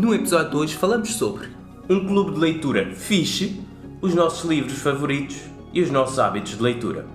No episódio de hoje falamos sobre um clube de leitura fixe, os nossos livros favoritos e os nossos hábitos de leitura.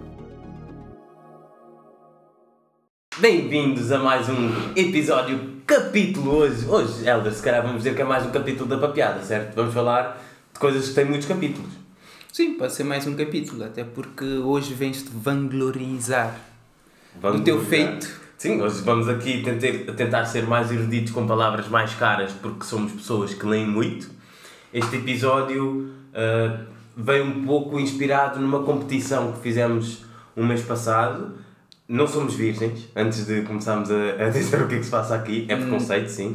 Bem-vindos a mais um capítulo hoje, Helder, se calhar vamos dizer que é mais um capítulo da papiada, certo? Vamos falar de coisas que têm muitos capítulos. Sim, pode ser mais um capítulo, até porque hoje vens-te vanglorizar do teu feito. Sim, hoje vamos aqui tentar ser mais eruditos com palavras mais caras, porque somos pessoas que leem muito. Este episódio veio um pouco inspirado numa competição que fizemos um mês passado. Não somos virgens, antes de começarmos a dizer o que é que se passa aqui. É preconceito, sim.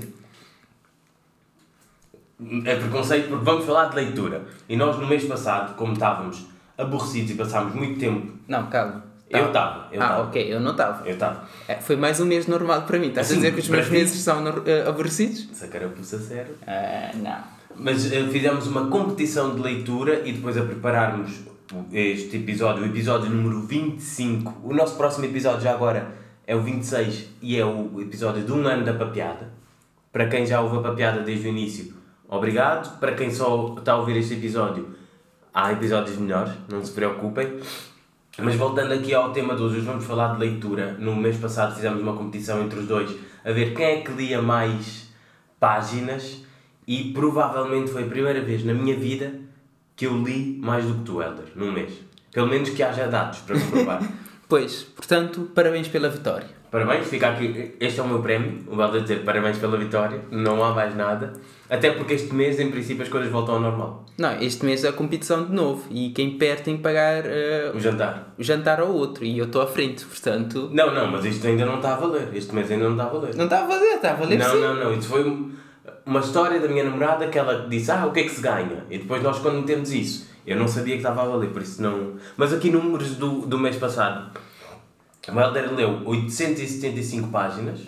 É preconceito porque vamos falar de leitura. E nós no mês passado, como estávamos aborrecidos e passámos muito tempo... Não, calma. Eu estava. Ok, eu não estava. Eu estava. Foi mais um mês normal para mim. Estás a dizer que os meus meses são aborrecidos? Essa carapuça sério. Não. Mas fizemos uma competição de leitura e depois a prepararmos este episódio, o episódio número 25. O nosso próximo episódio já agora é o 26 e é o episódio de 1 ano da papiada. Para quem já ouve a papiada desde o início, obrigado. Para quem só está a ouvir este episódio, há episódios melhores, não se preocupem. Mas voltando aqui ao tema de hoje vamos falar de leitura. No mês passado fizemos uma competição entre os dois a ver quem é que lia mais páginas e provavelmente foi a primeira vez na minha vida que eu li mais do que tu, Helder, num mês. Pelo menos que haja dados para comprovar. Pois, portanto, parabéns pela vitória. Parabéns, fica aqui, este é o meu prémio, o Helder dizer parabéns pela vitória, não há mais nada. Até porque este mês, em princípio, as coisas voltam ao normal. Não, este mês é a competição de novo e quem perde tem que pagar o jantar ao outro e eu estou à frente, portanto... Não, mas isto ainda não está a valer, este mês ainda não está a valer. Não está a valer, está a valer sim. Não, isso foi uma história da minha namorada que ela disse, o que é que se ganha? E depois nós quando metemos isso, eu não sabia que estava a valer, por isso não... Mas aqui números do mês passado, o Helder leu 875 páginas,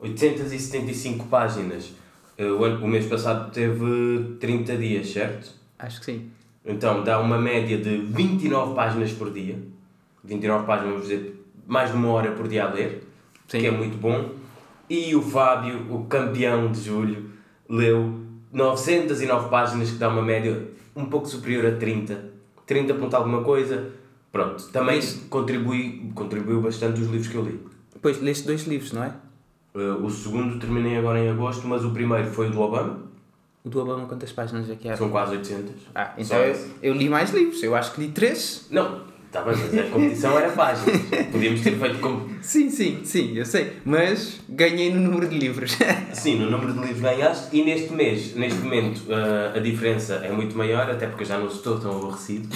875 páginas, o mês passado teve 30 dias, certo? Acho que sim. Então dá uma média de 29 páginas por dia, 29 páginas, vamos dizer, mais de 1 hora por dia a ler, sim. Que é muito bom. E o Fábio, o campeão de julho, leu 909 páginas, que dá uma média um pouco superior a 30 ponto alguma coisa. Pronto, também contribuiu bastante os livros que eu li. Pois, leste 2 livros, não é? O segundo terminei agora em agosto, mas o primeiro foi o do Obama. O do Obama quantas páginas é que era? São quase 800. Então eu li mais livros, eu acho que li 3. Não, está bem, mas a competição era páginas. Podíamos ter feito como... Sim, eu sei. Mas ganhei no número de livros. Sim, no número de livros ganhaste e neste momento, a diferença é muito maior, até porque eu já não estou tão aborrecido.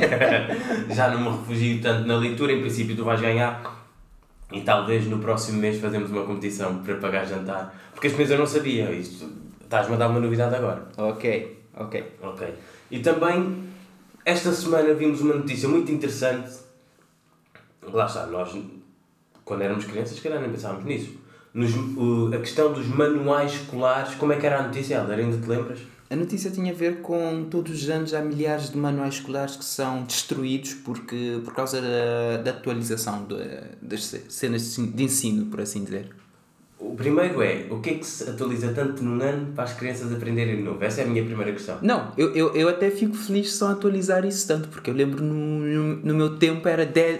Já não me refugio tanto na leitura. Em princípio tu vais ganhar e talvez no próximo mês fazemos uma competição para pagar jantar. Porque este mês eu não sabia. Isto, estás-me a dar uma novidade agora. Ok. E também, esta semana vimos uma notícia muito interessante. Lá está, nós, quando éramos crianças, se calhar nem pensávamos nisso. A questão dos manuais escolares, como é que era a notícia, Helder? Ainda te lembras? A notícia tinha a ver com todos os anos há milhares de manuais escolares que são destruídos por causa da atualização das cenas de ensino, por assim dizer. O primeiro é, o que é que se atualiza tanto num ano para as crianças aprenderem de novo? Essa é a minha primeira questão. Não, eu até fico feliz só atualizar isso tanto, porque eu lembro no meu tempo era 10...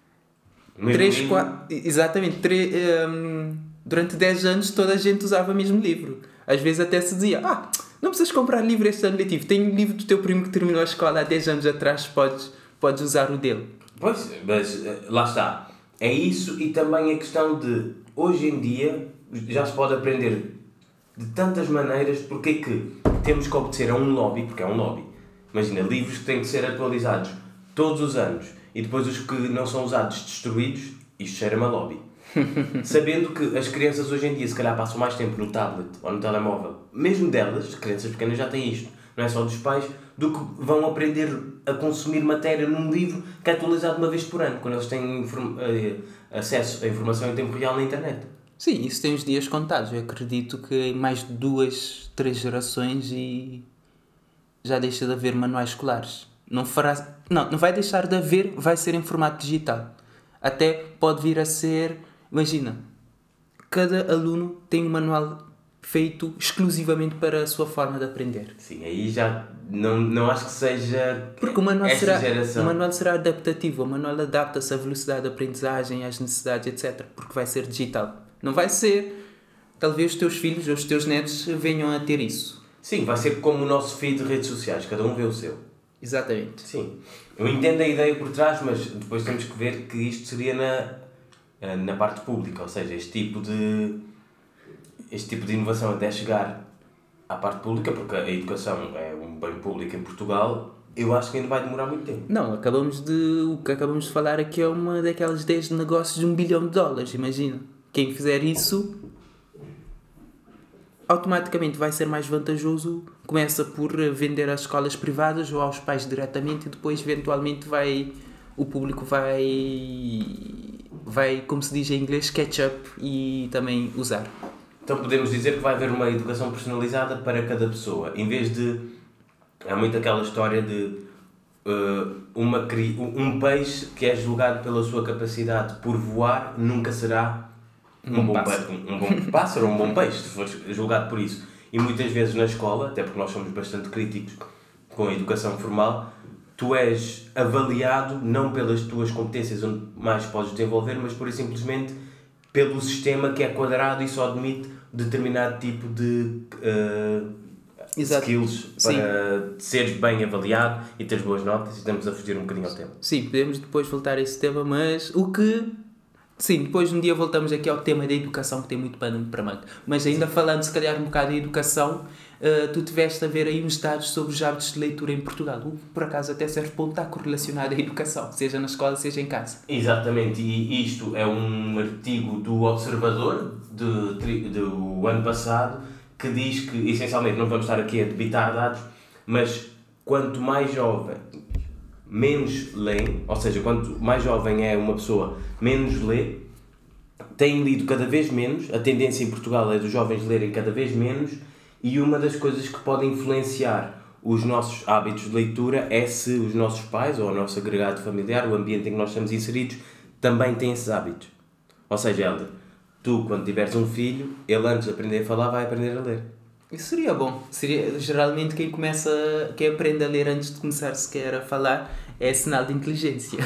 3, 4... Exatamente, durante 10 anos toda a gente usava o mesmo livro. Às vezes até se dizia, não precisas comprar livro este ano letivo, tem um livro do teu primo que terminou a escola há 10 anos atrás, podes usar o dele. Pois, mas lá está. É isso e também a questão de, hoje em dia, já se pode aprender de tantas maneiras, porque é que temos que obedecer a um lobby, porque é um lobby. Imagina, livros que têm que ser atualizados todos os anos e depois os que não são usados destruídos, isto cheira-me a lobby. Sabendo que as crianças hoje em dia se calhar passam mais tempo no tablet ou no telemóvel, mesmo delas, as crianças pequenas já têm isto, não é só dos pais, do que vão aprender a consumir matéria num livro que é atualizado uma vez por ano, quando eles têm acesso à informação em tempo real na internet. Sim, isso tem os dias contados. Eu acredito que em mais de 2, 3 gerações e já deixa de haver manuais escolares. Não vai deixar de haver, vai ser em formato digital. Até pode vir a ser, imagina, cada aluno tem um manual feito exclusivamente para a sua forma de aprender. Sim, aí já não acho que seja Porque o manual, geração. o manual será adaptativo, o manual adapta-se à velocidade de aprendizagem, às necessidades, etc. Porque vai ser digital. Não vai ser... Talvez os teus filhos ou os teus netos venham a ter isso. Sim, vai ser como o nosso feed de redes sociais, cada um vê o seu. Exatamente. Sim. Eu entendo a ideia por trás, mas depois temos que ver que isto seria na parte pública, ou seja, este tipo de inovação até chegar à parte pública, porque a educação é um bem público em Portugal, eu acho que ainda vai demorar muito tempo. Não, o que acabamos de falar aqui é uma daquelas ideias de negócios de $1 bilhão, imagina. Quem fizer isso, automaticamente vai ser mais vantajoso. Começa por vender às escolas privadas ou aos pais diretamente e depois eventualmente o público vai, como se diz em inglês, catch up e também usar. Então podemos dizer que vai haver uma educação personalizada para cada pessoa, em vez de... Há muito aquela história de um peixe que é julgado pela sua capacidade por voar nunca será um bom pássaro ou um bom peixe, se for julgado por isso. E muitas vezes na escola, até porque nós somos bastante críticos com a educação formal, tu és avaliado não pelas tuas competências onde mais podes desenvolver, mas por simplesmente pelo sistema que é quadrado e só admite determinado tipo de skills para seres bem avaliado e teres boas notas, e estamos a fugir um bocadinho ao tema. Sim, podemos depois voltar a esse tema, mas sim, depois um dia voltamos aqui ao tema da educação, que tem muito pano para manga. Mas ainda falando se calhar um bocado de educação, tu tiveste a ver aí uns dados sobre os hábitos de leitura em Portugal. Por acaso até certo ponto está correlacionado à educação, seja na escola, seja em casa. Exatamente, e isto é um artigo do Observador do ano passado, que diz que, essencialmente, não vamos estar aqui a debitar dados, mas quanto mais jovem, menos lê, ou seja, quanto mais jovem é uma pessoa, menos lê, tem lido cada vez menos, a tendência em Portugal é dos jovens lerem cada vez menos, e uma das coisas que pode influenciar os nossos hábitos de leitura é se os nossos pais ou o nosso agregado familiar, o ambiente em que nós estamos inseridos, também tem esses hábitos. Ou seja, Helder, tu quando tiveres um filho, ele antes de aprender a falar vai aprender a ler. Isso seria bom. Geralmente quem aprende a ler antes de começar sequer a falar é sinal de inteligência.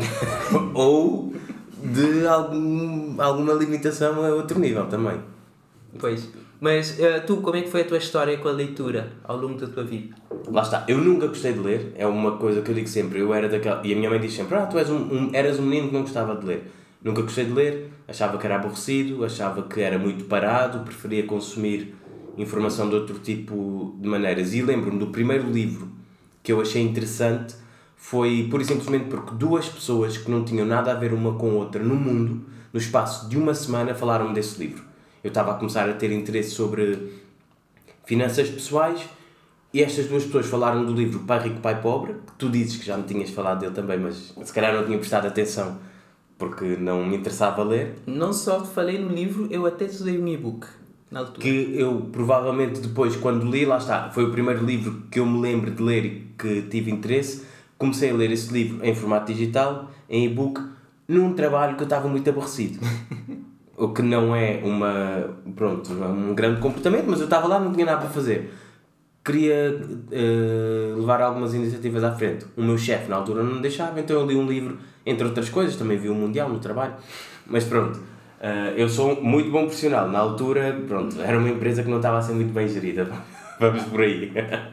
Ou de alguma limitação a outro nível também. Pois. Mas tu, como é que foi a tua história com a leitura ao longo da tua vida? Lá está, eu nunca gostei de ler, é uma coisa que eu digo sempre, eu era daquela, e a minha mãe diz sempre, tu eras um menino que não gostava de ler. Nunca gostei de ler, achava que era aborrecido, achava que era muito parado, preferia consumir informação de outro tipo de maneiras. E lembro-me do primeiro livro que eu achei interessante, foi pura e simplesmente porque duas pessoas que não tinham nada a ver uma com a outra no mundo, no espaço de uma semana, falaram-me desse livro. Eu estava a começar a ter interesse sobre finanças pessoais e estas duas pessoas falaram do livro Pai Rico, Pai Pobre, que tu dizes que já me tinhas falado dele também, mas se calhar não tinha prestado atenção porque não me interessava ler. Não só falei no livro, eu até usei um e-book na altura. Que eu provavelmente depois, quando li, lá está, foi o primeiro livro que eu me lembro de ler e que tive interesse. Comecei a ler esse livro em formato digital, em e-book, num trabalho que eu estava muito aborrecido. O que não é um grande comportamento, mas eu estava lá, não tinha nada para fazer. Queria levar algumas iniciativas à frente. O meu chefe na altura não me deixava, então eu li um livro, entre outras coisas, também vi o Mundial no trabalho. Mas pronto, eu sou muito bom profissional. Na altura, era uma empresa que não estava a ser muito bem gerida. Vamos por aí.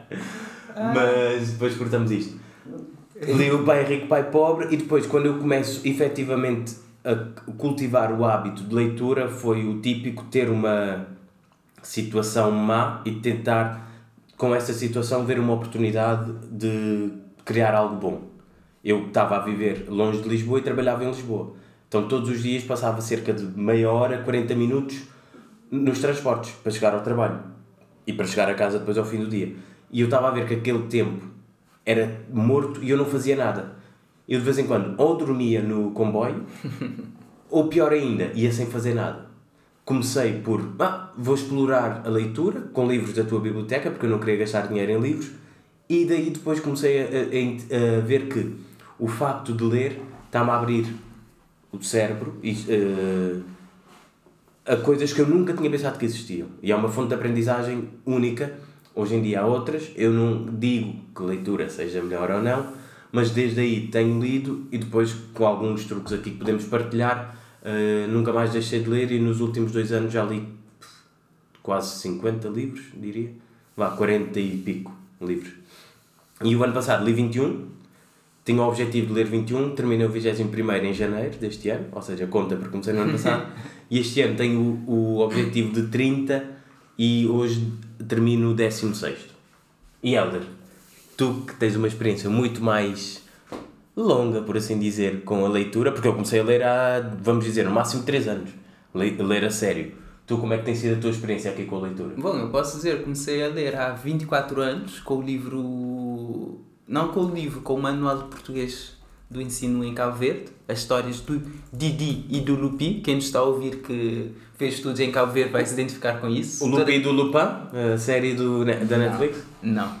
Mas depois cortamos isto. Li o Pai Rico, Pai Pobre, e depois, quando eu começo efetivamente a cultivar o hábito de leitura, foi o típico ter uma situação má e tentar, com essa situação, ver uma oportunidade de criar algo bom. Eu estava a viver longe de Lisboa e trabalhava em Lisboa. Então todos os dias passava cerca de meia hora, 40 minutos nos transportes para chegar ao trabalho e para chegar a casa depois ao fim do dia. E eu estava a ver que aquele tempo era morto e eu não fazia nada. Eu de vez em quando ou dormia no comboio ou pior ainda, ia sem fazer nada. Comecei por, vou explorar a leitura com livros da tua biblioteca, porque eu não queria gastar dinheiro em livros, e daí depois comecei a ver que o facto de ler está-me a abrir o cérebro a coisas que eu nunca tinha pensado que existiam. E é uma fonte de aprendizagem única. Hoje em dia há outras. Eu não digo que a leitura seja melhor ou não, mas desde aí tenho lido e depois, com alguns truques aqui que podemos partilhar, nunca mais deixei de ler e nos últimos 2 anos já li quase 50 livros, diria. 40 e pico livros. E o ano passado li 21. Tinha o objetivo de ler 21, terminei o 21º em janeiro deste ano, ou seja, conta porque comecei no ano passado, e este ano tenho o objetivo de 30 e hoje termino o 16º. E Helder, tu que tens uma experiência muito mais longa, por assim dizer, com a leitura, porque eu comecei a ler há, vamos dizer, no máximo 3 anos, ler a sério. Tu, como é que tem sido a tua experiência aqui com a leitura? Bom, eu posso dizer, comecei a ler há 24 anos com o livro... Não com o livro, com o Manual de Português do Ensino em Cabo Verde, as histórias do Didi e do Lupi. Quem nos está a ouvir que fez estudos em Cabo Verde vai se identificar com isso. O Lupi do Lupin, a série da Netflix? Não.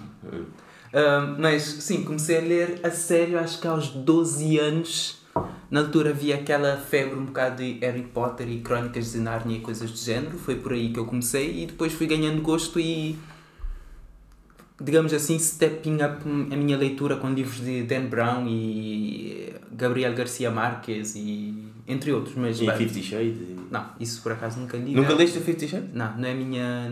Mas sim, comecei a ler a sério, acho que aos 12 anos. Na altura havia aquela febre um bocado de Harry Potter e Crónicas de Nárnia e coisas do género. Foi por aí que eu comecei e depois fui ganhando gosto e, digamos assim, stepping up a minha leitura com livros de Dan Brown e Gabriel Garcia Marques e entre outros. Mas, e 50 Shades? Não, isso por acaso nunca li. Nunca leste o 50 Shades? Não é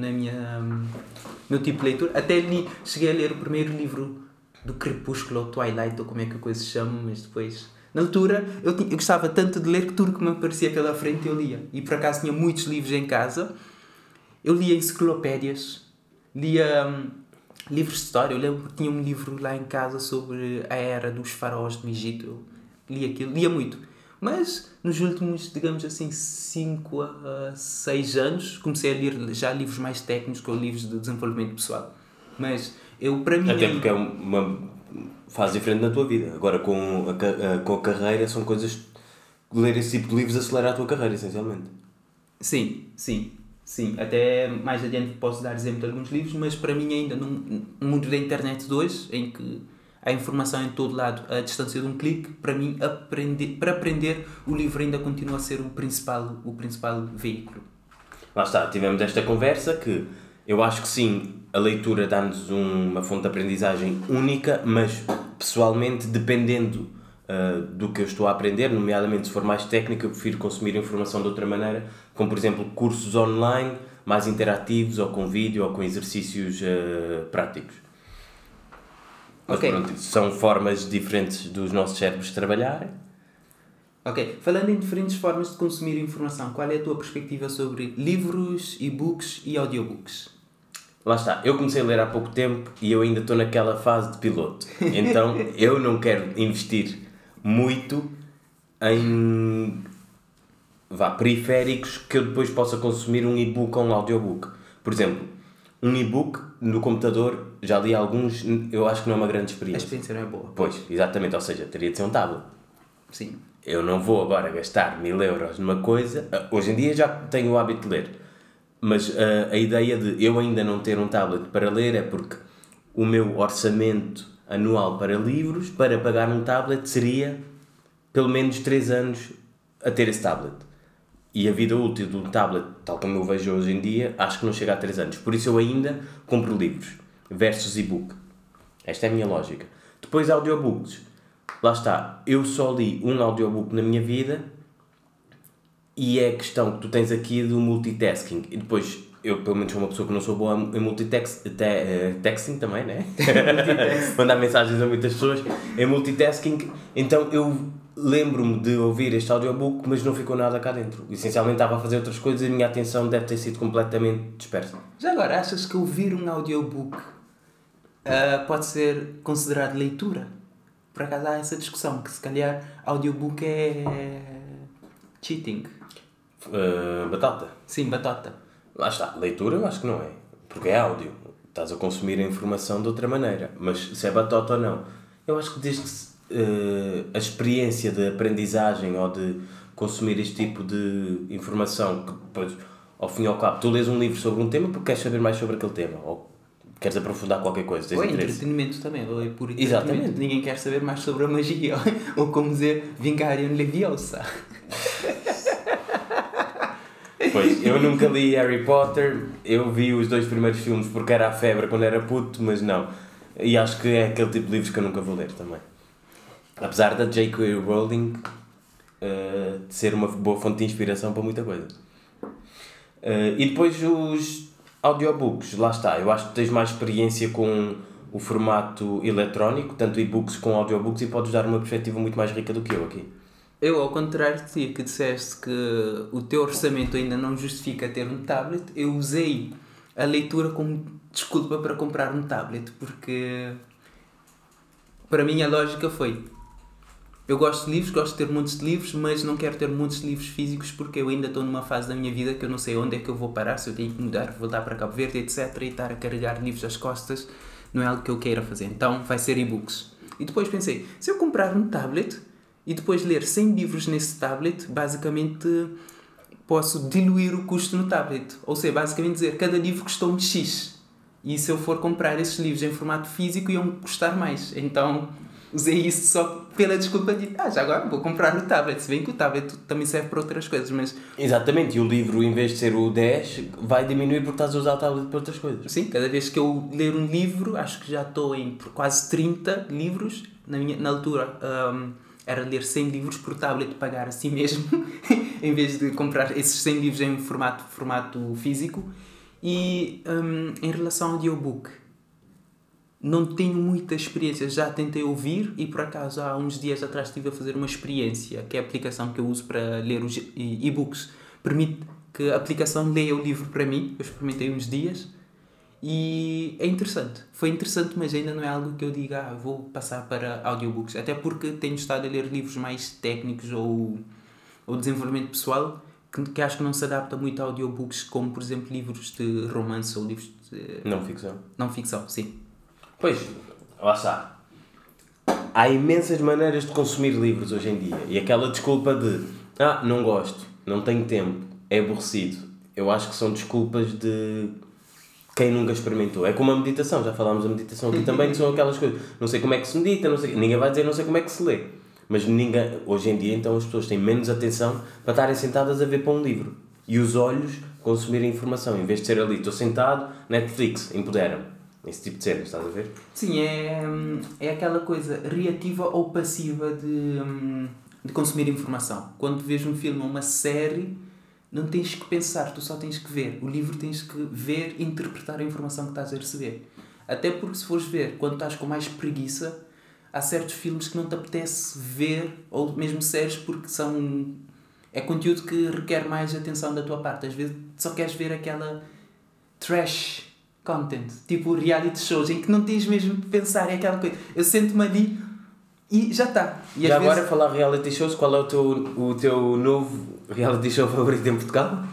meu tipo de leitura. Até cheguei a ler o primeiro livro do Crepúsculo ou Twilight, ou como é que a coisa se chama, mas depois... Na altura, eu gostava tanto de ler que tudo que me aparecia pela frente eu lia. E por acaso tinha muitos livros em casa. Eu lia enciclopédias, lia livros de história. Eu lembro que tinha um livro lá em casa sobre a era dos faraós do Egito. Eu lia aquilo, lia muito. Mas nos últimos, digamos assim, 5 a 6 anos, comecei a ler já livros mais técnicos ou livros de desenvolvimento pessoal. Mas eu, para mim... Até porque é uma fase diferente na tua vida. Agora, com a carreira, são coisas... Ler esse tipo de livros acelera a tua carreira, essencialmente. Sim. Até mais adiante posso dar exemplo de alguns livros, mas para mim ainda no mundo da internet de hoje, em que há informação em todo lado à distância de um clique, para mim, para aprender, o livro ainda continua a ser o principal veículo. Lá está, tivemos esta conversa que eu acho que sim, a leitura dá-nos uma fonte de aprendizagem única, mas pessoalmente, dependendo do que eu estou a aprender, nomeadamente se for mais técnico, eu prefiro consumir informação de outra maneira, como por exemplo cursos online, mais interativos, ou com vídeo, ou com exercícios práticos. Mas pronto, são formas diferentes dos nossos cérebros trabalharem. Ok, falando em diferentes formas de consumir informação, qual é a tua perspectiva sobre livros, e-books e audiobooks? Lá está, eu comecei a ler há pouco tempo e eu ainda estou naquela fase de piloto. Então eu não quero investir muito em periféricos que eu depois possa consumir um e-book ou um audiobook. Por exemplo, um e-book no computador, já li alguns, eu acho que não é uma grande experiência. A experiência não é boa. Pois, exatamente, ou seja, teria de ser um tablet. Sim. Eu não vou agora gastar 1000 euros numa coisa, hoje em dia já tenho o hábito de ler, mas a ideia de eu ainda não ter um tablet para ler é porque o meu orçamento anual para livros, para pagar um tablet, seria pelo menos 3 anos a ter esse tablet. E a vida útil de um tablet, tal como eu vejo hoje em dia, acho que não chega a 3 anos. Por isso eu ainda compro livros versus e-book. Esta é a minha lógica. Depois audiobooks. Lá está. Eu só li um audiobook na minha vida e é a questão que tu tens aqui do multitasking. E depois, eu pelo menos sou uma pessoa que não sou boa em multitasking também, né? Mandar mensagens a muitas pessoas. Em multitasking, então eu lembro-me de ouvir este audiobook, mas não ficou nada cá dentro. Essencialmente estava a fazer outras coisas e a minha atenção deve ter sido completamente dispersa. Já agora, achas que ouvir um audiobook pode ser considerado leitura? Por acaso há essa discussão, que se calhar audiobook é cheating. Batata. Sim, batata. Lá está, leitura eu acho que não é, porque é áudio. Estás a consumir a informação de outra maneira, mas se é batata ou não, eu acho que desde que a experiência de aprendizagem ou de consumir este tipo de informação, que depois, ao fim e ao cabo, tu lês um livro sobre um tema porque queres saber mais sobre aquele tema, ou queres aprofundar qualquer coisa, tens interesse. Entretenimento também, ou é por entretenimento. Exatamente. Ninguém quer saber mais sobre a magia, ou como dizer Wingardium Leviosa. Pois, eu nunca li Harry Potter, eu vi os 2 primeiros filmes porque era a febre quando era puto, mas não. E acho que é aquele tipo de livros que eu nunca vou ler também. Apesar da J.K. Rowling de ser uma boa fonte de inspiração para muita coisa. E depois os audiobooks, lá está, eu acho que tens mais experiência com o formato eletrónico, tanto e-books como audiobooks, e podes dar uma perspectiva muito mais rica do que eu aqui. Eu, ao contrário de ti, que disseste que o teu orçamento ainda não justifica ter um tablet, eu usei a leitura como desculpa para comprar um tablet, porque para mim a lógica foi: eu gosto de livros, gosto de ter montes de livros, mas não quero ter montes de livros físicos porque eu ainda estou numa fase da minha vida que eu não sei onde é que eu vou parar, se eu tenho que mudar, voltar para Cabo Verde, etc. E estar a carregar livros às costas não é algo que eu queira fazer. Então vai ser e-books. E depois pensei, se eu comprar um tablet e depois ler 100 livros nesse tablet, basicamente posso diluir o custo no tablet. Ou seja, basicamente dizer, cada livro custou-me X. E se eu for comprar esses livros em formato físico, iam custar mais. Então usei isso só pela desculpa de já agora vou comprar o tablet. Se bem que o tablet também serve para outras coisas, mas... Exatamente, e o livro, em vez de ser o 10, vai diminuir porque estás a usar o tablet para outras coisas. Sim, cada vez que eu ler um livro, acho que já estou em quase 30 livros. Na altura era ler 100 livros por tablet, pagar assim mesmo, em vez de comprar esses 100 livros em formato físico. E em relação ao audiobook, não tenho muita experiência, já tentei ouvir e por acaso há uns dias atrás estive a fazer uma experiência, que é a aplicação que eu uso para ler os e-books, permite que a aplicação leia o livro para mim. Eu experimentei uns dias e é interessante, foi interessante, mas ainda não é algo que eu diga vou passar para audiobooks, até porque tenho estado a ler livros mais técnicos ou desenvolvimento pessoal que acho que não se adapta muito a audiobooks, como por exemplo livros de romance ou livros de... Não ficção, sim. Pois, lá está. Há imensas maneiras de consumir livros hoje em dia. E aquela desculpa de não gosto, não tenho tempo, é aborrecido. Eu acho que são desculpas de quem nunca experimentou. É como a meditação, já falámos da meditação aqui também, que são aquelas coisas. Não sei como é que se medita, não sei... ninguém vai dizer não sei como é que se lê. Mas hoje em dia, então, as pessoas têm menos atenção para estarem sentadas a ver para um livro. E os olhos consumirem informação. Em vez de ser ali, estou sentado, Netflix, empodera-me. Esse tipo de cenas, estás a ver? Sim, é aquela coisa reativa ou passiva de consumir informação. Quando vês um filme ou uma série, não tens que pensar, tu só tens que ver. O livro tens que ver e interpretar a informação que estás a receber. Até porque se fores ver, quando estás com mais preguiça, há certos filmes que não te apetece ver, ou mesmo séries, porque é conteúdo que requer mais atenção da tua parte. Às vezes só queres ver aquela trash content, tipo reality shows, em que não tens mesmo de pensar, é aquela coisa, eu sento-me ali e já está. E já agora, falar reality shows, qual é o teu novo reality show favorito em Portugal?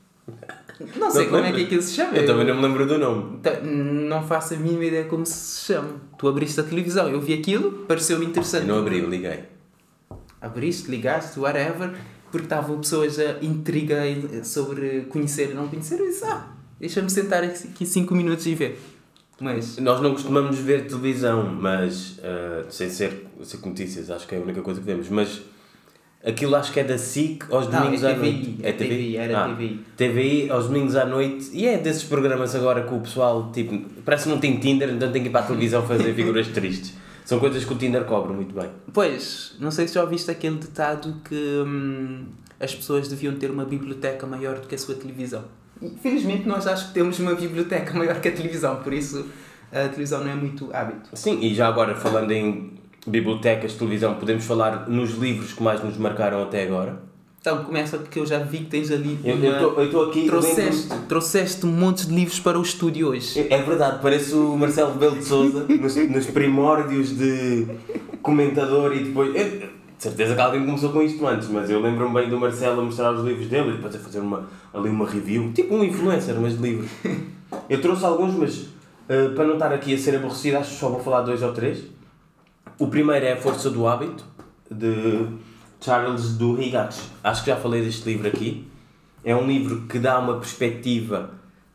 Não sei como é que aquilo se chama. Eu também não me lembro do nome. Não faço a mínima ideia como se chama. Tu abriste a televisão, eu vi aquilo, pareceu-me interessante. Eu não abri, eu liguei. Abriste, ligaste, whatever, porque estavam pessoas a intriga sobre conhecer e não conhecer, eu disse, deixa-me sentar aqui 5 minutos e ver. Mas... Nós não costumamos ver televisão, mas sem ser notícias, acho que é a única coisa que vemos, mas aquilo acho que é da SIC aos domingos à noite. É TVI, era TVI. TVI aos domingos à noite, e é desses programas agora que o pessoal, tipo, parece que não tem Tinder, então tem que ir para a televisão fazer figuras tristes. São coisas que o Tinder cobra muito bem. Pois, não sei se já ouviste aquele ditado que as pessoas deviam ter uma biblioteca maior do que a sua televisão. Infelizmente nós acho que temos uma biblioteca maior que a televisão, por isso a televisão não é muito hábito. Sim, e já agora falando em bibliotecas, televisão, podemos falar nos livros que mais nos marcaram até agora. Então começa porque eu já vi que tens ali eu estou aqui... Trouxeste montes de livros para o estúdio hoje. É verdade, parece o Marcelo Rebelo de Sousa nos primórdios de comentador e depois... De certeza que alguém começou com isto antes, mas eu lembro-me bem do Marcelo a mostrar os livros dele e depois a fazer ali uma review, tipo um influencer, mas de livros. Eu trouxe alguns, mas para não estar aqui a ser aborrecido, acho que só vou falar 2 ou 3. O primeiro é A Força do Hábito, de Charles Duhigg. Acho que já falei deste livro aqui. É um livro que dá uma perspectiva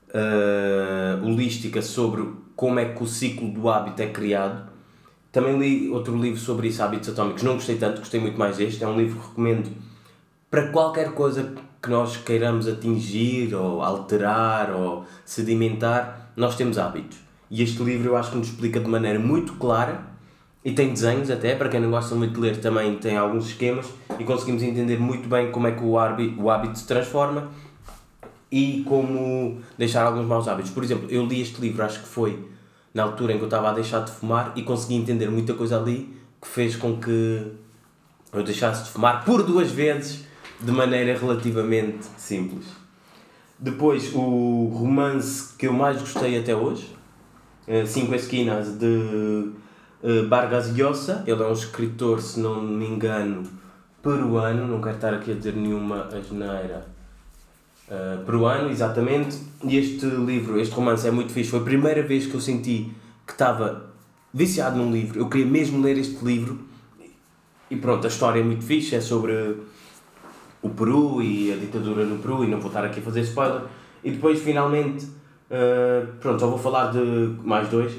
holística sobre como é que o ciclo do hábito é criado. Também li outro livro sobre isso, Hábitos Atómicos. Não gostei tanto, gostei muito mais deste. É um livro que recomendo para qualquer coisa que nós queiramos atingir, ou alterar, ou sedimentar, nós temos hábitos. E este livro eu acho que nos explica de maneira muito clara, e tem desenhos até, para quem não gosta muito de ler também tem alguns esquemas, e conseguimos entender muito bem como é que o hábito se transforma e como deixar alguns maus hábitos. Por exemplo, eu li este livro, acho que foi na altura em que eu estava a deixar de fumar, e consegui entender muita coisa ali que fez com que eu deixasse de fumar por 2 vezes de maneira relativamente simples. Depois, o romance que eu mais gostei até hoje, Cinco Esquinas, de Vargas Llosa. Ele é um escritor, se não me engano, peruano, não quero estar aqui a dizer nenhuma asneira. Peruano, exatamente. E este livro, este romance é muito fixe. Foi a primeira vez que eu senti que estava viciado num livro. Eu queria mesmo ler este livro. E pronto, a história é muito fixe. É sobre o Peru e a ditadura no Peru. E não vou estar aqui a fazer spoiler. E depois, finalmente, pronto, só vou falar de mais 2.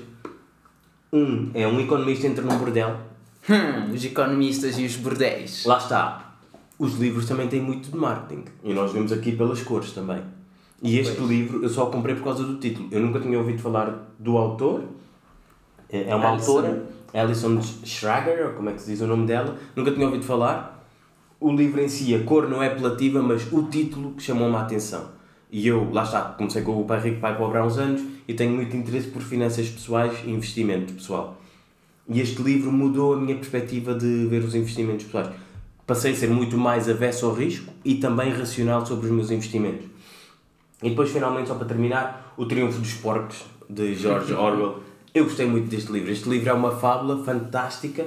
É um economista entra num bordel. Os economistas e os bordéis. Lá está. Os livros também têm muito de marketing. E nós vemos aqui pelas cores também. E este livro eu só comprei por causa do título. Eu nunca tinha ouvido falar do autor. É uma autora, Alison Schrager, ou como é que se diz o nome dela. Nunca tinha ouvido falar. O livro em si, a cor não é apelativa, mas o título que chamou-me a atenção. E eu, lá está, comecei com o Pai Rico, Pai Pobre há uns anos e tenho muito interesse por finanças pessoais e investimento pessoal. E este livro mudou a minha perspectiva de ver os investimentos pessoais. Passei a ser muito mais avesso ao risco e também racional sobre os meus investimentos. E depois, finalmente, só para terminar, O Triunfo dos Porcos, de George Orwell. Eu gostei muito deste livro. Este livro é uma fábula fantástica,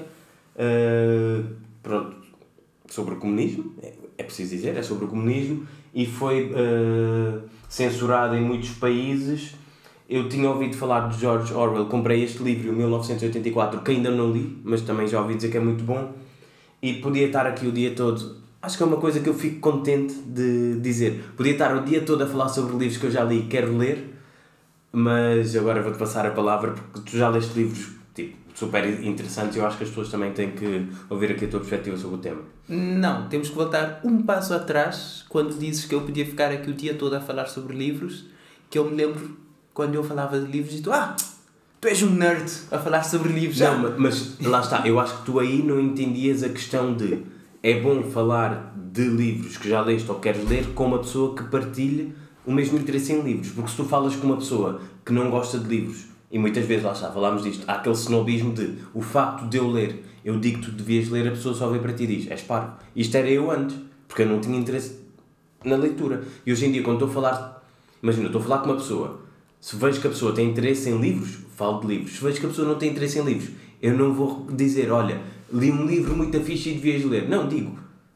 pronto, sobre o comunismo, é preciso dizer, é sobre o comunismo, e foi censurado em muitos países. Eu tinha ouvido falar de George Orwell, comprei este livro, 1984, que ainda não li, mas também já ouvi dizer que é muito bom. E podia estar aqui o dia todo, acho que é uma coisa que eu fico contente de dizer. Podia estar o dia todo a falar sobre livros que eu já li e quero ler, mas agora vou-te passar a palavra porque tu já leste livros tipo, super interessantes e eu acho que as pessoas também têm que ouvir aqui a tua perspectiva sobre o tema. Não, temos que voltar um passo atrás quando dizes que eu podia ficar aqui o dia todo a falar sobre livros, que eu me lembro quando eu falava de livros e tu és um nerd a falar sobre livros. Não, mas lá está, eu acho que tu aí não entendias a questão de é bom falar de livros que já leste ou queres ler com uma pessoa que partilhe o mesmo interesse em livros, porque se tu falas com uma pessoa que não gosta de livros, e muitas vezes, lá está, falámos disto, há aquele snobismo de o facto de eu ler, eu digo que tu devias ler, a pessoa só vem para ti e diz, és parvo. Isto era eu antes, porque eu não tinha interesse na leitura. E hoje em dia, quando estou a falar, imagina, estou a falar com uma pessoa, se vejo que a pessoa tem interesse em livros, falo de livros. Se vejo que a pessoa não tem interesse em livros, eu não vou dizer, olha, li um livro muito fixe e devias ler. Não, digo,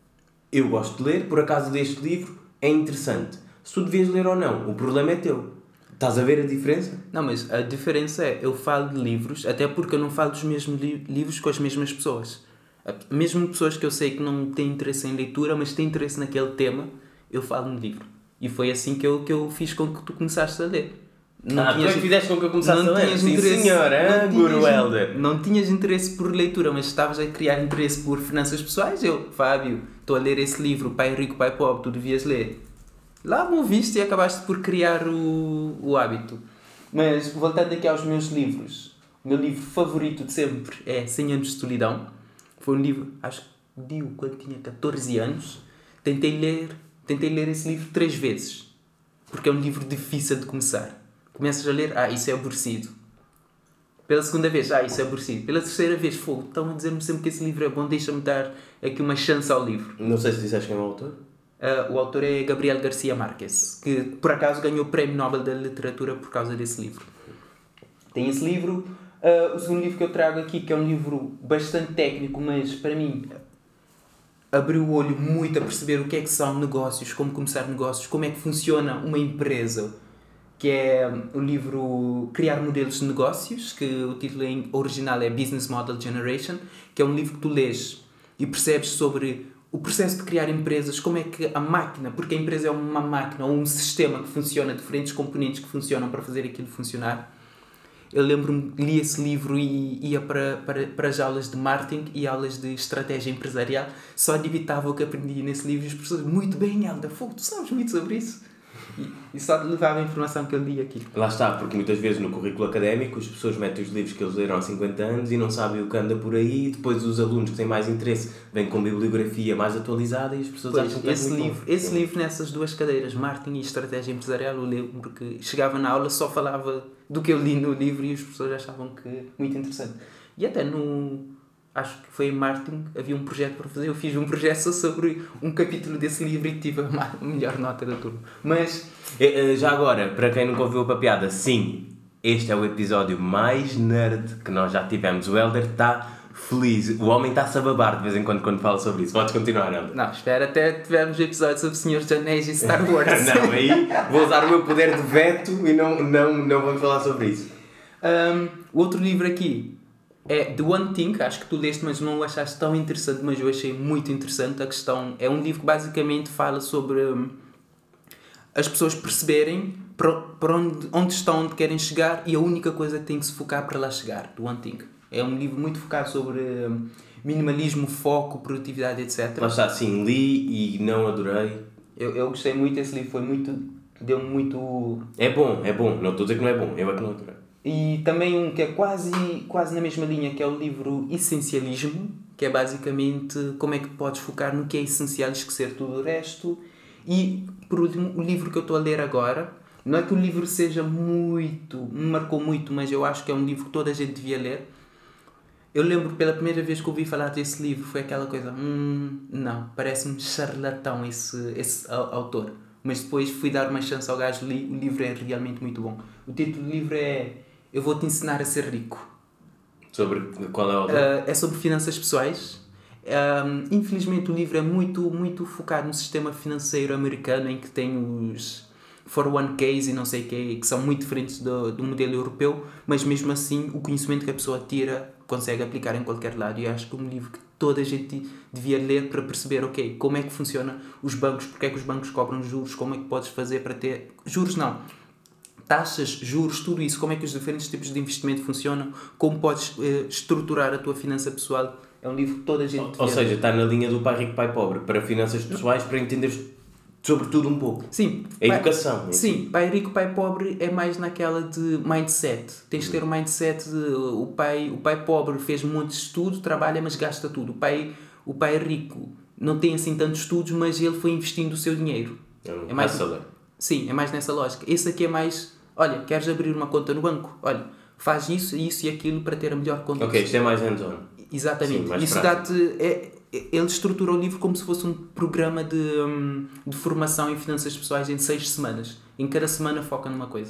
eu gosto de ler, por acaso deste livro, é interessante. Se tu devias ler ou não, o problema é teu. Estás a ver a diferença? Não, mas a diferença é, eu falo de livros, até porque eu não falo dos mesmos livros com as mesmas pessoas. Mesmo pessoas que eu sei que não têm interesse em leitura, mas têm interesse naquele tema, eu falo no livro. E foi assim que eu fiz com que tu começaste a ler. Tu é que fizeste com que eu começasse a ler? Sim, senhora, Guru Helder. Não tinhas interesse por leitura, mas estavas a criar interesse por finanças pessoais. Eu, Fábio, estou a ler esse livro, Pai Rico, Pai Pobre, tu devias ler. Lá me ouviste e acabaste por criar o hábito. Mas, voltando aqui aos meus livros, o meu livro favorito de sempre é 100 Anos de Solidão. Foi um livro, acho que li-o quando tinha 14 anos. Tentei ler esse livro 3 vezes, porque é um livro difícil de começar. Começas a ler, isso é aborrecido. Pela segunda vez, isso é aborrecido. Pela terceira vez, estão a dizer-me sempre que esse livro é bom, deixa-me dar aqui uma chance ao livro. Não sei se disseste quem é o autor. O autor é Gabriel García Márquez, que por acaso ganhou o Prémio Nobel da Literatura por causa desse livro. Tem esse livro. O segundo livro que eu trago aqui, que é um livro bastante técnico, mas para mim abriu o olho muito a perceber o que é que são negócios, como começar negócios, como é que funciona uma empresa, que é o livro Criar Modelos de Negócios, que o título original é Business Model Generation, que é um livro que tu lês e percebes sobre o processo de criar empresas, como é que a máquina, porque a empresa é uma máquina ou um sistema que funciona, diferentes componentes que funcionam para fazer aquilo funcionar. Eu lembro-me, li esse livro e ia para as aulas de marketing e aulas de estratégia empresarial, só evitava o que aprendi nesse livro e as pessoas, muito bem, Helder, tu sabes muito sobre isso. E só levava a informação que eu li aqui. Lá está, porque muitas vezes no currículo académico as pessoas metem os livros que eles leram há 50 anos e não sabem o que anda por aí, e depois os alunos que têm mais interesse vêm com bibliografia mais atualizada e as pessoas acham que esse livro nessas duas cadeiras, marketing e estratégia empresarial, eu lembro porque chegava na aula só falava do que eu li no livro e as pessoas achavam que muito interessante. E até acho que foi em marketing, havia um projeto para fazer, eu fiz um projeto só sobre um capítulo desse livro e tive a melhor nota da turma. Mas... Já agora, para quem nunca ouviu a papiada, sim, este é o episódio mais nerd que nós já tivemos. O Helder está feliz, o homem está-se a babar de vez em quando fala sobre isso. Podes continuar, Helder. Não, espera até tivermos episódios sobre Senhor dos Anéis e Star Wars. Não, aí vou usar o meu poder de veto e não vamos falar sobre isso. O outro livro aqui é The One Thing, acho que tu leste, mas não o achaste tão interessante, mas eu achei muito interessante. A questão é um livro que basicamente fala sobre as pessoas perceberem para onde estão, onde querem chegar e a única coisa que tem que se focar para lá chegar. The One Thing. É um livro muito focado sobre minimalismo, foco, produtividade, etc. Lá está, sim, li e não adorei. Eu gostei muito desse livro, deu-me muito... É bom, não estou a dizer que não é bom, eu é que não adorei. E também um que é quase na mesma linha, que é o livro Essencialismo, que é basicamente como é que podes focar no que é essencial e esquecer tudo o resto. E, por último, o livro que eu estou a ler agora, não é que o livro seja me marcou muito, mas eu acho que é um livro que toda a gente devia ler. Eu lembro pela primeira vez que ouvi falar desse livro, foi aquela coisa, não, parece-me charlatão esse autor. Mas depois fui dar uma chance ao gajo, li, o livro é realmente muito bom. O título do livro é Eu Vou-te Ensinar a Ser Rico. Sobre qual é o autor? É sobre finanças pessoais. Infelizmente o livro é muito focado no sistema financeiro americano, em que tem os 401ks e não sei o que são muito diferentes do modelo europeu, mas mesmo assim o conhecimento que a pessoa tira consegue aplicar em qualquer lado, e acho que é um livro que toda a gente devia ler para perceber, ok, como é que funciona os bancos, porque é que os bancos cobram juros, como é que podes fazer para ter... Juros não, taxas, juros, tudo isso, como é que os diferentes tipos de investimento funcionam, como podes estruturar a tua finança pessoal. É um livro que toda a gente... Ou seja, está na linha do Pai Rico, Pai Pobre, para finanças pessoais, para entenderes sobre tudo um pouco. Sim. A educação. Sim, Pai Rico, Pai Pobre é mais naquela de mindset. Tens de ter um mindset de... O pai pobre fez um monte de estudo, trabalha, mas gasta tudo. O pai rico não tem assim tantos estudos, mas ele foi investindo o seu dinheiro. É mais... Sim, é mais nessa lógica. Esse aqui é mais... Olha, queres abrir uma conta no banco? Olha, faz isso e aquilo para ter a melhor conta. Ok, isto é mais hands-on. Exatamente. Sim, isso dá-te... Ele estrutura o livro como se fosse um programa de formação em finanças pessoais em 6 semanas. Em cada semana foca numa coisa.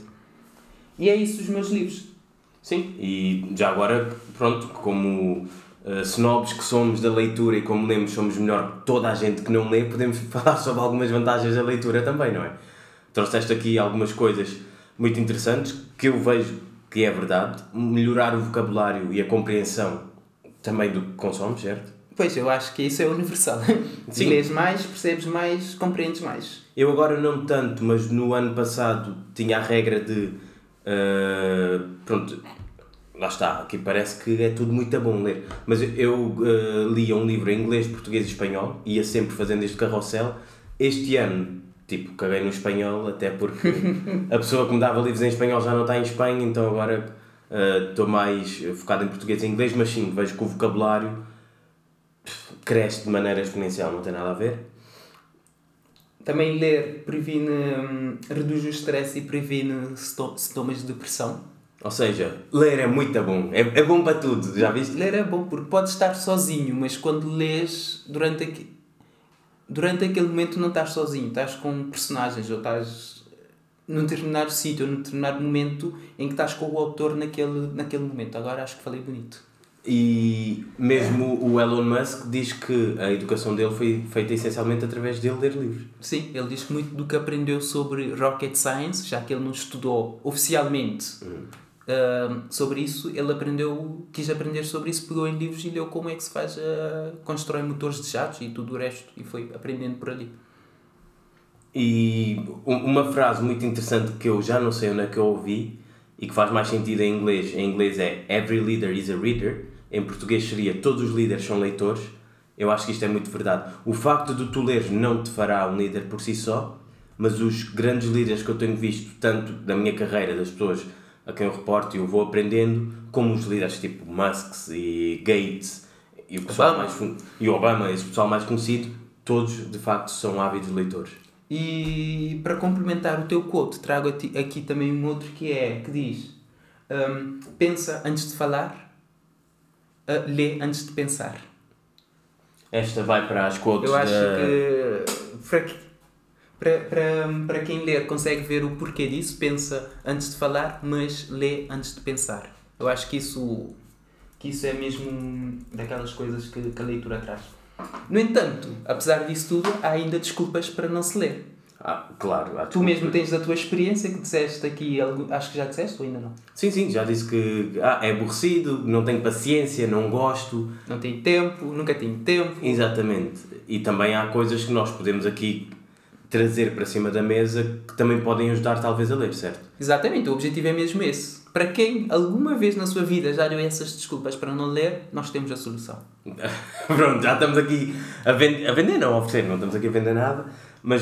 E é isso os meus livros. Sim, e já agora, pronto, como snobs que somos da leitura e como lemos somos melhor que toda a gente que não lê, podemos falar sobre algumas vantagens da leitura também, não é? Trouxeste aqui algumas coisas muito interessantes que eu vejo que é verdade. Melhorar o vocabulário e a compreensão também do que consomes, certo? Pois, eu acho que isso é universal. Sim. Lês mais, percebes mais, compreendes mais. Eu agora não tanto, mas no ano passado tinha a regra de... pronto, lá está, aqui parece que é tudo muito bom ler. Mas eu lia um livro em inglês, português e espanhol, ia sempre fazendo este carrossel. Este ano, caguei no espanhol, até porque a pessoa que me dava livros em espanhol já não está em Espanha, então agora estou mais focado em português e inglês, mas sim, vejo que o vocabulário cresce de maneira exponencial, não tem nada a ver. Também ler reduz o stress e previne sintomas de depressão. Ou seja, ler é muito bom, é bom para tudo, já viste? Ler é bom porque podes estar sozinho, mas quando lês, durante aquele momento não estás sozinho, estás com personagens, ou estás num determinado sítio, num determinado momento em que estás com o autor naquele momento. Agora acho que falei bonito. E mesmo o Elon Musk diz que a educação dele foi feita essencialmente através dele ler livros. Sim, ele diz que muito do que aprendeu sobre rocket science, já que ele não estudou oficialmente sobre isso, ele quis aprender sobre isso, pegou em livros e leu como é que se faz, constrói motores de jatos e tudo o resto, e foi aprendendo por ali. E uma frase muito interessante que eu já não sei onde é que eu ouvi, e que faz mais sentido em inglês. Em inglês é Every leader is a reader. Em português seria Todos os líderes são leitores. Eu acho que isto é muito verdade. O facto de tu leres não te fará um líder por si só, mas os grandes líderes que eu tenho visto, tanto da minha carreira, das pessoas a quem eu reporto e eu vou aprendendo, como os líderes tipo Musk e Gates e o pessoal e Obama, esse pessoal mais conhecido, todos de facto são ávidos leitores. E para complementar o teu quote, trago aqui também um outro que diz pensa antes de falar, lê antes de pensar. Esta vai para as quotes. Eu acho que para quem ler consegue ver o porquê disso, pensa antes de falar, mas lê antes de pensar. Eu acho que isso é mesmo daquelas coisas que a leitura traz. No entanto, apesar disso tudo, há ainda desculpas para não se ler. Claro. Tu mesmo tens a tua experiência que disseste aqui, acho que já disseste ou ainda não? Sim, já disse que é aborrecido, não tenho paciência, não gosto. Não tenho tempo, nunca tenho tempo. Exatamente. E também há coisas que nós podemos aqui trazer para cima da mesa que também podem ajudar talvez a ler, certo? Exatamente, o objetivo é mesmo esse. Para quem alguma vez na sua vida já deu essas desculpas para não ler, nós temos a solução. Pronto, já estamos aqui a vender, não a oferecer, não estamos aqui a vender nada, mas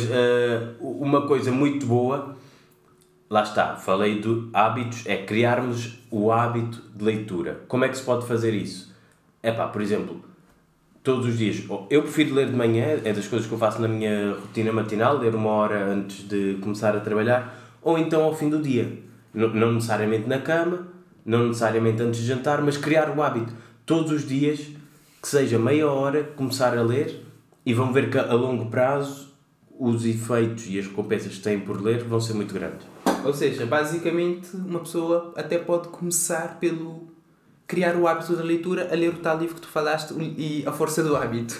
uma coisa muito boa, lá está, falei de hábitos, é criarmos o hábito de leitura. Como é que se pode fazer isso? Por exemplo, todos os dias, eu prefiro ler de manhã, é das coisas que eu faço na minha rotina matinal, ler 1 hora antes de começar a trabalhar, ou então ao fim do dia. Não necessariamente na cama, não necessariamente antes de jantar, mas criar o hábito. Todos os dias, que seja meia hora, começar a ler, e vão ver que a longo prazo os efeitos e as recompensas que têm por ler vão ser muito grandes. Ou seja, basicamente uma pessoa até pode começar pelo criar o hábito da leitura, a ler o tal livro que tu falaste e a força do hábito.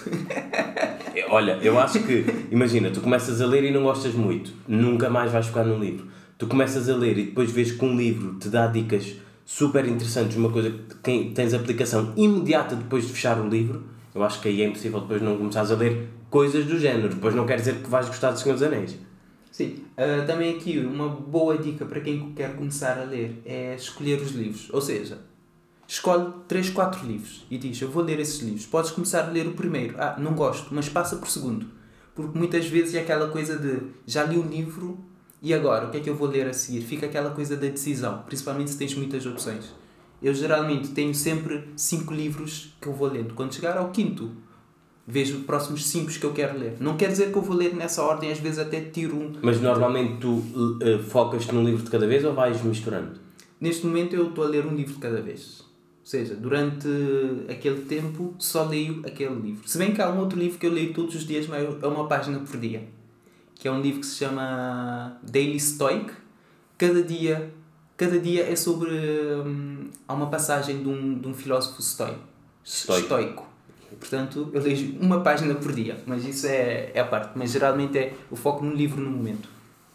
Olha, eu acho que, imagina, tu começas a ler e não gostas muito, nunca mais vais ficar num livro. Tu começas a ler e depois vês que um livro te dá dicas super interessantes, uma coisa que tens aplicação imediata depois de fechar o livro, eu acho que aí é impossível depois não começares a ler coisas do género, depois não quer dizer que vais gostar de Senhor dos Anéis. Sim, também aqui uma boa dica para quem quer começar a ler é escolher os livros, ou seja, escolhe 3, 4 livros e diz, eu vou ler esses livros. Podes começar a ler o primeiro. Não gosto, mas passa por segundo. Porque muitas vezes é aquela coisa de, já li um livro e agora, o que é que eu vou ler a seguir? Fica aquela coisa da decisão, principalmente se tens muitas opções. Eu geralmente tenho sempre 5 livros que eu vou lendo. Quando chegar ao 5º, vejo os próximos 5 que eu quero ler. Não quer dizer que eu vou ler nessa ordem, às vezes até tiro um. Mas normalmente tu focas-te num livro de cada vez ou vais misturando? Neste momento eu estou a ler um livro de cada vez. Ou seja, durante aquele tempo só leio aquele livro. Se bem que há um outro livro que eu leio todos os dias, mas é 1 página por dia. Que é um livro que se chama Daily Stoic. Cada dia é sobre... há uma passagem de um filósofo estoico. Portanto, eu leio 1 página por dia. Mas isso é a parte. Mas geralmente é o foco no livro no momento.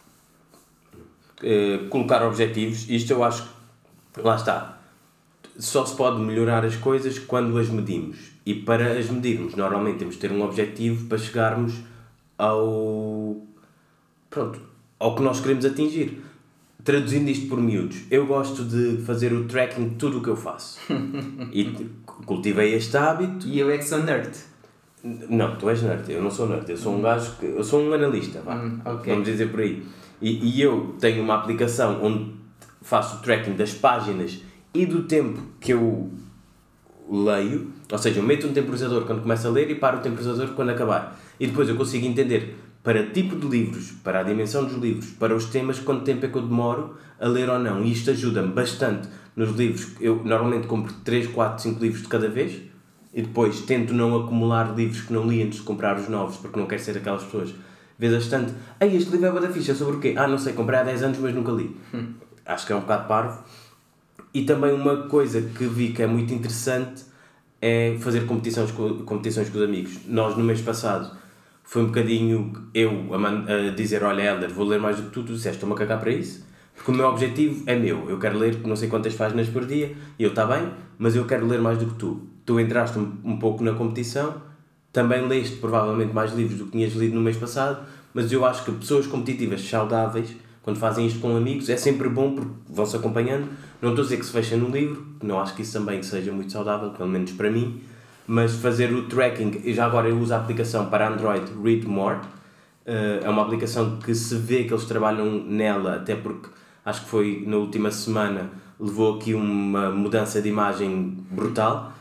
Colocar objetivos. Isto eu acho que... Lá está. Só se pode melhorar as coisas quando as medimos. E para as medirmos, normalmente temos de ter um objetivo para chegarmos ao que nós queremos atingir. Traduzindo isto por miúdos, eu gosto de fazer o tracking de tudo o que eu faço. E cultivei este hábito. E eu é que sou nerd. Não, tu és nerd, eu não sou nerd. Eu sou um gajo eu sou um analista, okay. Vamos dizer por aí. E eu tenho uma aplicação onde faço o tracking das páginas e do tempo que eu leio, ou seja, eu meto um temporizador quando começo a ler e paro o temporizador quando acabar. E depois eu consigo entender para tipo de livros, para a dimensão dos livros, para os temas, quanto tempo é que eu demoro a ler ou não. E isto ajuda-me bastante nos livros. Eu normalmente compro 3, 4, 5 livros de cada vez e depois tento não acumular livros que não li antes de comprar os novos, porque não quero ser aquelas pessoas. Vês bastante, este livro é da ficha, sobre o quê? Não sei, comprei há 10 anos mas nunca li. Acho que é um bocado parvo. E também uma coisa que vi que é muito interessante é fazer competições com os amigos. Nós no mês passado foi um bocadinho eu a dizer, olha Helder, vou ler mais do que tu disseste, estou-me a cagar para isso, porque o meu objetivo é meu, eu quero ler não sei quantas páginas por dia, e eu, está bem, mas eu quero ler mais do que tu. Tu entraste um pouco na competição, também leste provavelmente mais livros do que tinhas lido no mês passado, mas eu acho que pessoas competitivas saudáveis quando fazem isto com amigos, é sempre bom porque vão-se acompanhando. Não estou a dizer que se fecha no livro, não acho que isso também seja muito saudável, pelo menos para mim, mas fazer o tracking, e já agora eu uso a aplicação para Android Read More, é uma aplicação que se vê que eles trabalham nela, até porque acho que foi na última semana, levou aqui uma mudança de imagem brutal,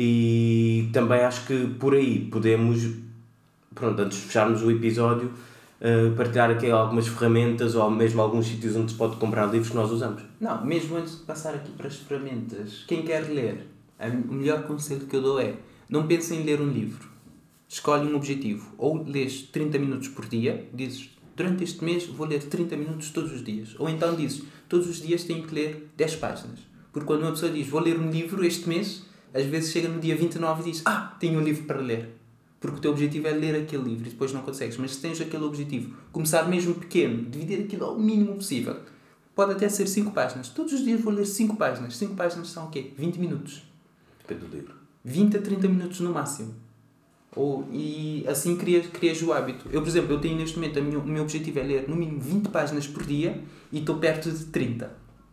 e também acho que por aí podemos, pronto, antes de fecharmos o episódio, partilhar aqui algumas ferramentas ou mesmo alguns sítios onde se pode comprar livros que nós usamos. Não, mesmo antes de passar aqui para as ferramentas, quem quer ler, o melhor conselho que eu dou é: não pense em ler um livro. Escolhe um objetivo. Ou lês 30 minutos por dia, dizes, durante este mês vou ler 30 minutos todos os dias. Ou então dizes, todos os dias tenho que ler 10 páginas. Porque quando uma pessoa diz, vou ler um livro este mês, às vezes chega no dia 29 e diz, tenho um livro para ler. Porque o teu objetivo é ler aquele livro e depois não consegues. Mas se tens aquele objetivo, começar mesmo pequeno, dividir aquilo ao mínimo possível. Pode até ser 5 páginas. Todos os dias vou ler 5 páginas. 5 páginas são o quê? 20 minutos. Depende do livro. 20 a 30 minutos no máximo. E assim crias o hábito. Eu, por exemplo, eu tenho neste momento, o meu objetivo é ler no mínimo 20 páginas por dia e estou perto de 30.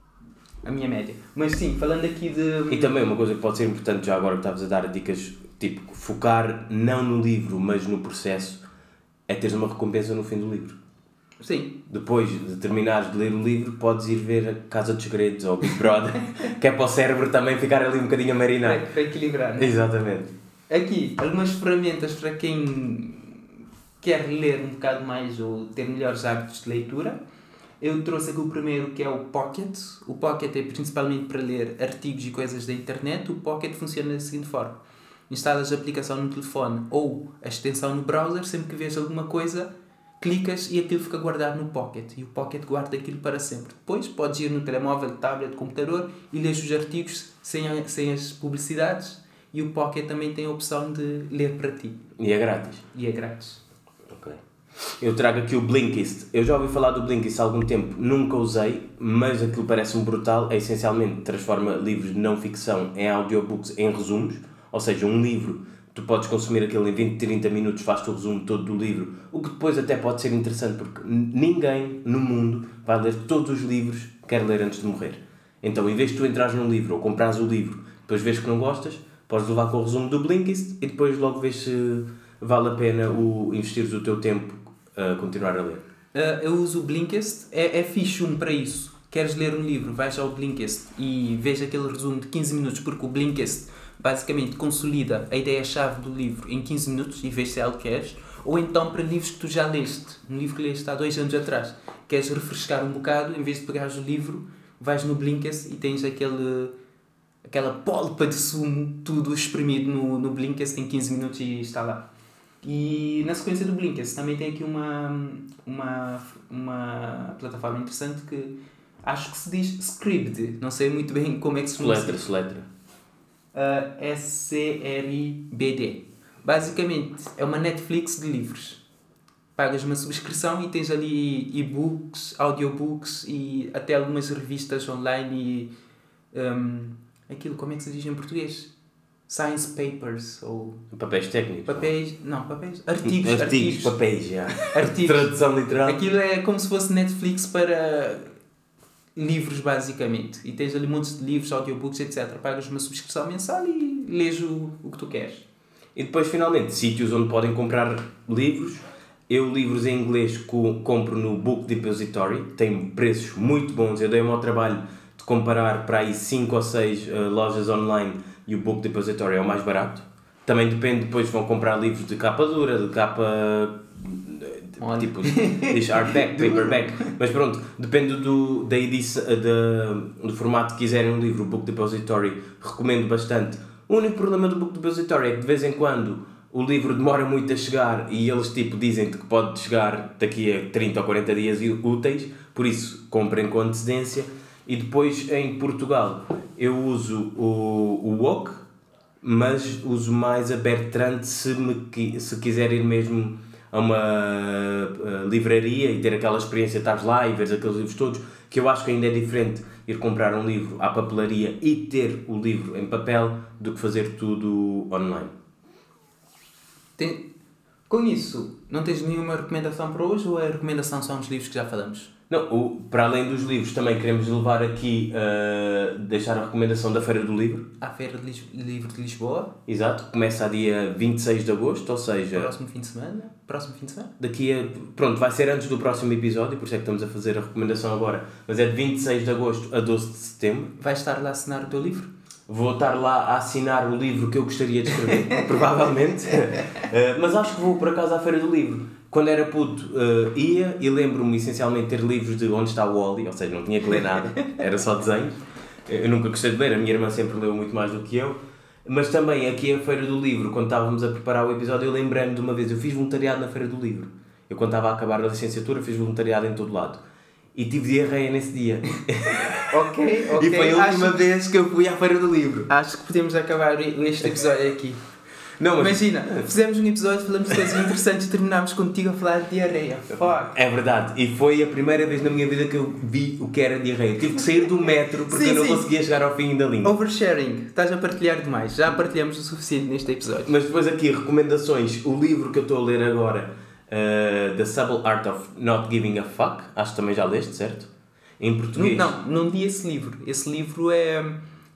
A minha média. Mas sim, falando aqui de... E também uma coisa que pode ser importante, já agora que estavas a dar dicas, tipo, focar não no livro, mas no processo, é teres uma recompensa no fim do livro. Sim. Depois de terminares de ler o livro, podes ir ver a Casa dos Segredos ou Big Brother, que é para o cérebro também ficar ali um bocadinho a marinar. Para equilibrar, não é? Exatamente. Aqui, algumas ferramentas para quem quer ler um bocado mais ou ter melhores hábitos de leitura. Eu trouxe aqui o primeiro, que é o Pocket. O Pocket é principalmente para ler artigos e coisas da internet. O Pocket funciona da seguinte forma: instalas a aplicação no telefone ou a extensão no browser, sempre que vês alguma coisa, clicas e aquilo fica guardado no Pocket. E o Pocket guarda aquilo para sempre. Depois podes ir no telemóvel, tablet, computador e ler os artigos sem as publicidades. E o Pocket também tem a opção de ler para ti. E é grátis. E é grátis. Ok. Eu trago aqui o Blinkist. Eu já ouvi falar do Blinkist há algum tempo, nunca usei, mas aquilo parece-me brutal. É essencialmente transforma livros de não ficção em audiobooks, em resumos. Ou seja, um livro, tu podes consumir aquele em 20, 30 minutos, faz-te o resumo todo do livro, o que depois até pode ser interessante, porque ninguém no mundo vai ler todos os livros que quer ler antes de morrer. Então, em vez de tu entrares num livro ou comprares o livro, depois vês que não gostas, podes levar com o resumo do Blinkist e depois logo vês se vale a pena investires o teu tempo a continuar a ler. Eu uso o Blinkist, é fixe para isso. Queres ler um livro, vais ao Blinkist e vês aquele resumo de 15 minutos, porque o Blinkist basicamente consolida a ideia-chave do livro em 15 minutos e vês se é algo que queres. Ou então para livros que tu já leste, um livro que leste há 2 anos atrás, queres refrescar um bocado, em vez de pegares o livro, vais no Blinkist e tens aquela polpa de sumo, tudo espremido no Blinkist em 15 minutos e está lá. E na sequência do Blinkist também tem aqui uma plataforma interessante que acho que se diz Scribd, não sei muito bem como é que se pronuncia. Letra. SCRIBD. Basicamente é uma Netflix de livros. Pagas uma subscrição e tens ali e-books, audiobooks e até algumas revistas online e aquilo, como é que se diz em português? Science papers ou... Papéis técnicos. Artigos. Papéis, já. Artigos. Tradução literal. Aquilo é como se fosse Netflix para livros, basicamente. E tens ali montes de livros, audiobooks, etc. Pagas uma subscrição mensal e lês o que tu queres. E depois, finalmente, sítios onde podem comprar livros. Eu, livros em inglês, compro no Book Depository. Tem preços muito bons. Eu dei-me ao trabalho de comparar para aí 5 ou 6 lojas online e o Book Depository é o mais barato. Também depende, depois vão comprar livros de capa dura, de capa... tipo, diz hardback, paperback. Mas pronto, depende do formato que quiserem um livro. O Book Depository recomendo bastante. O único problema do Book Depository é que de vez em quando o livro demora muito a chegar e eles tipo dizem-te que pode chegar daqui a 30 ou 40 dias úteis, por isso comprem com antecedência. E depois em Portugal eu uso o Woke, mas uso mais a Bertrand se quiser ir mesmo a uma livraria e ter aquela experiência, estás lá e veres aqueles livros todos, que eu acho que ainda é diferente ir comprar um livro à papelaria e ter o livro em papel do que fazer tudo online. Com isso, Não tens nenhuma recomendação para hoje ou a recomendação são os livros que já falamos? Não, para além dos livros, também queremos levar aqui, deixar a recomendação da Feira do Livro. À Feira de Livro de Lisboa. Exato, começa a dia 26 de agosto, ou seja... Próximo fim de semana. Daqui a... Pronto, vai ser antes do próximo episódio, por isso é que estamos a fazer a recomendação agora. Mas é de 26 de agosto a 12 de setembro. Vais estar lá a assinar o teu livro? Vou estar lá a assinar o livro que eu gostaria de escrever, provavelmente. Mas acho que vou por acaso à Feira do Livro. Quando era puto, ia e lembro-me essencialmente de ter livros de Onde Está o Wally, ou seja, não tinha que ler nada, era só desenhos. Eu nunca gostei de ler, a minha irmã sempre leu muito mais do que eu. Mas também aqui a Feira do Livro, quando estávamos a preparar o episódio, eu lembrei-me de uma vez, eu fiz voluntariado na Feira do Livro. Eu quando estava a acabar a licenciatura fiz voluntariado em todo lado. E tive diarreia nesse dia. Ok. E foi a última vez que eu fui à Feira do Livro. Acho que podemos acabar este episódio aqui. Não, mas... Imagina, fizemos um episódio, falamos de coisas interessantes e terminámos contigo a falar de diarreia. Fuck. É verdade. E foi a primeira vez na minha vida que eu vi o que era diarreia. Tive que sair do metro porque eu não conseguia chegar ao fim da linha. Oversharing. Estás a partilhar demais. Já partilhamos o suficiente neste episódio. Mas depois aqui, recomendações. O livro que eu estou a ler agora, The Subtle Art of Not Giving a Fuck. Acho que também já leste, certo? Em português. Não li esse livro. Esse livro é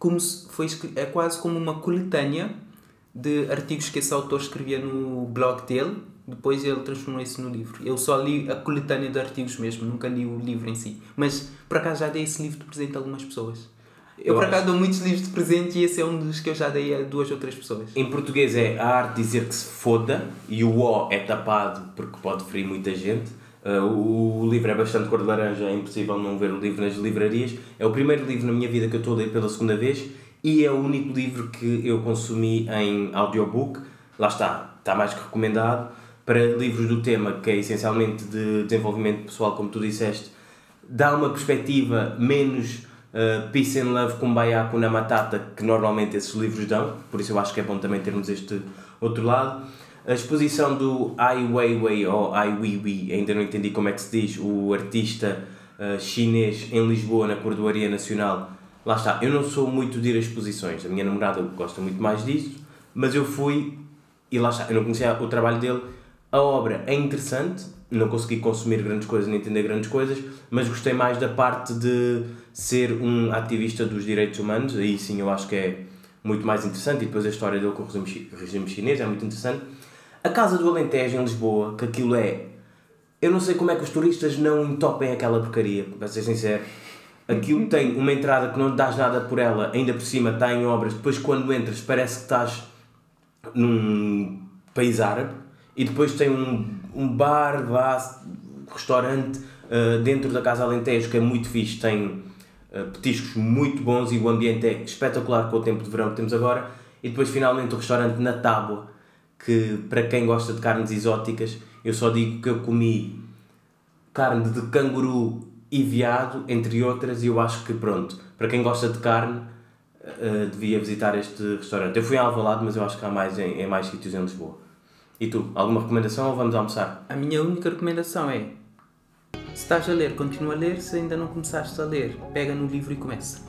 quase como uma coletânea de artigos que esse autor escrevia no blog dele, depois ele transformou isso no livro. Eu só li a coletânea de artigos mesmo, nunca li o livro em si. Mas, por acaso, já dei esse livro de presente a algumas pessoas. Eu por acaso, dou muitos livros de presente e esse é um dos que eu já dei a 2 ou 3 pessoas. Em português é A Arte de Dizer que se Foda, e o O é tapado porque pode ferir muita gente. O livro é bastante cor de laranja, é impossível não ver o livro nas livrarias. É o primeiro livro na minha vida que eu estou a ler pela segunda vez. E é o único livro que eu consumi em audiobook. Lá está mais que recomendado. Para livros do tema, que é essencialmente de desenvolvimento pessoal, como tu disseste, dá uma perspectiva menos peace and love, kumbaya, hakuna matata, que normalmente esses livros dão. Por isso eu acho que é bom também termos este outro lado. A exposição do Ai Weiwei ou Ai Weiwei, ainda não entendi como é que se diz, o artista chinês em Lisboa, na Cordoaria Nacional. Lá está, eu não sou muito de ir a exposições, a minha namorada gosta muito mais disso, mas eu fui e lá está, eu não conhecia o trabalho dele. A obra é interessante, não consegui consumir grandes coisas nem entender grandes coisas, mas gostei mais da parte de ser um ativista dos direitos humanos, aí sim eu acho que é muito mais interessante, e depois a história dele com o regime chinês é muito interessante. A Casa do Alentejo em Lisboa, que aquilo é... Eu não sei como é que os turistas não entopem aquela porcaria, para ser sincero. Aquilo tem uma entrada que não dás nada por ela, ainda por cima está em obras, depois quando entras parece que estás num país árabe, e depois tem um bar, restaurante dentro da Casa Alentejo que é muito fixe, tem petiscos muito bons e o ambiente é espetacular com o tempo de verão que temos agora, e depois finalmente o restaurante na Tábua, que para quem gosta de carnes exóticas, eu só digo que eu comi carne de canguru e veado, entre outras, e eu acho que pronto, para quem gosta de carne, devia visitar este restaurante. Eu fui a Alvalade, mas eu acho que há mais em mais sítios em Lisboa. E tu, alguma recomendação ou vamos almoçar? A minha única recomendação é, se estás a ler, continua a ler, se ainda não começaste a ler, pega no livro e começa.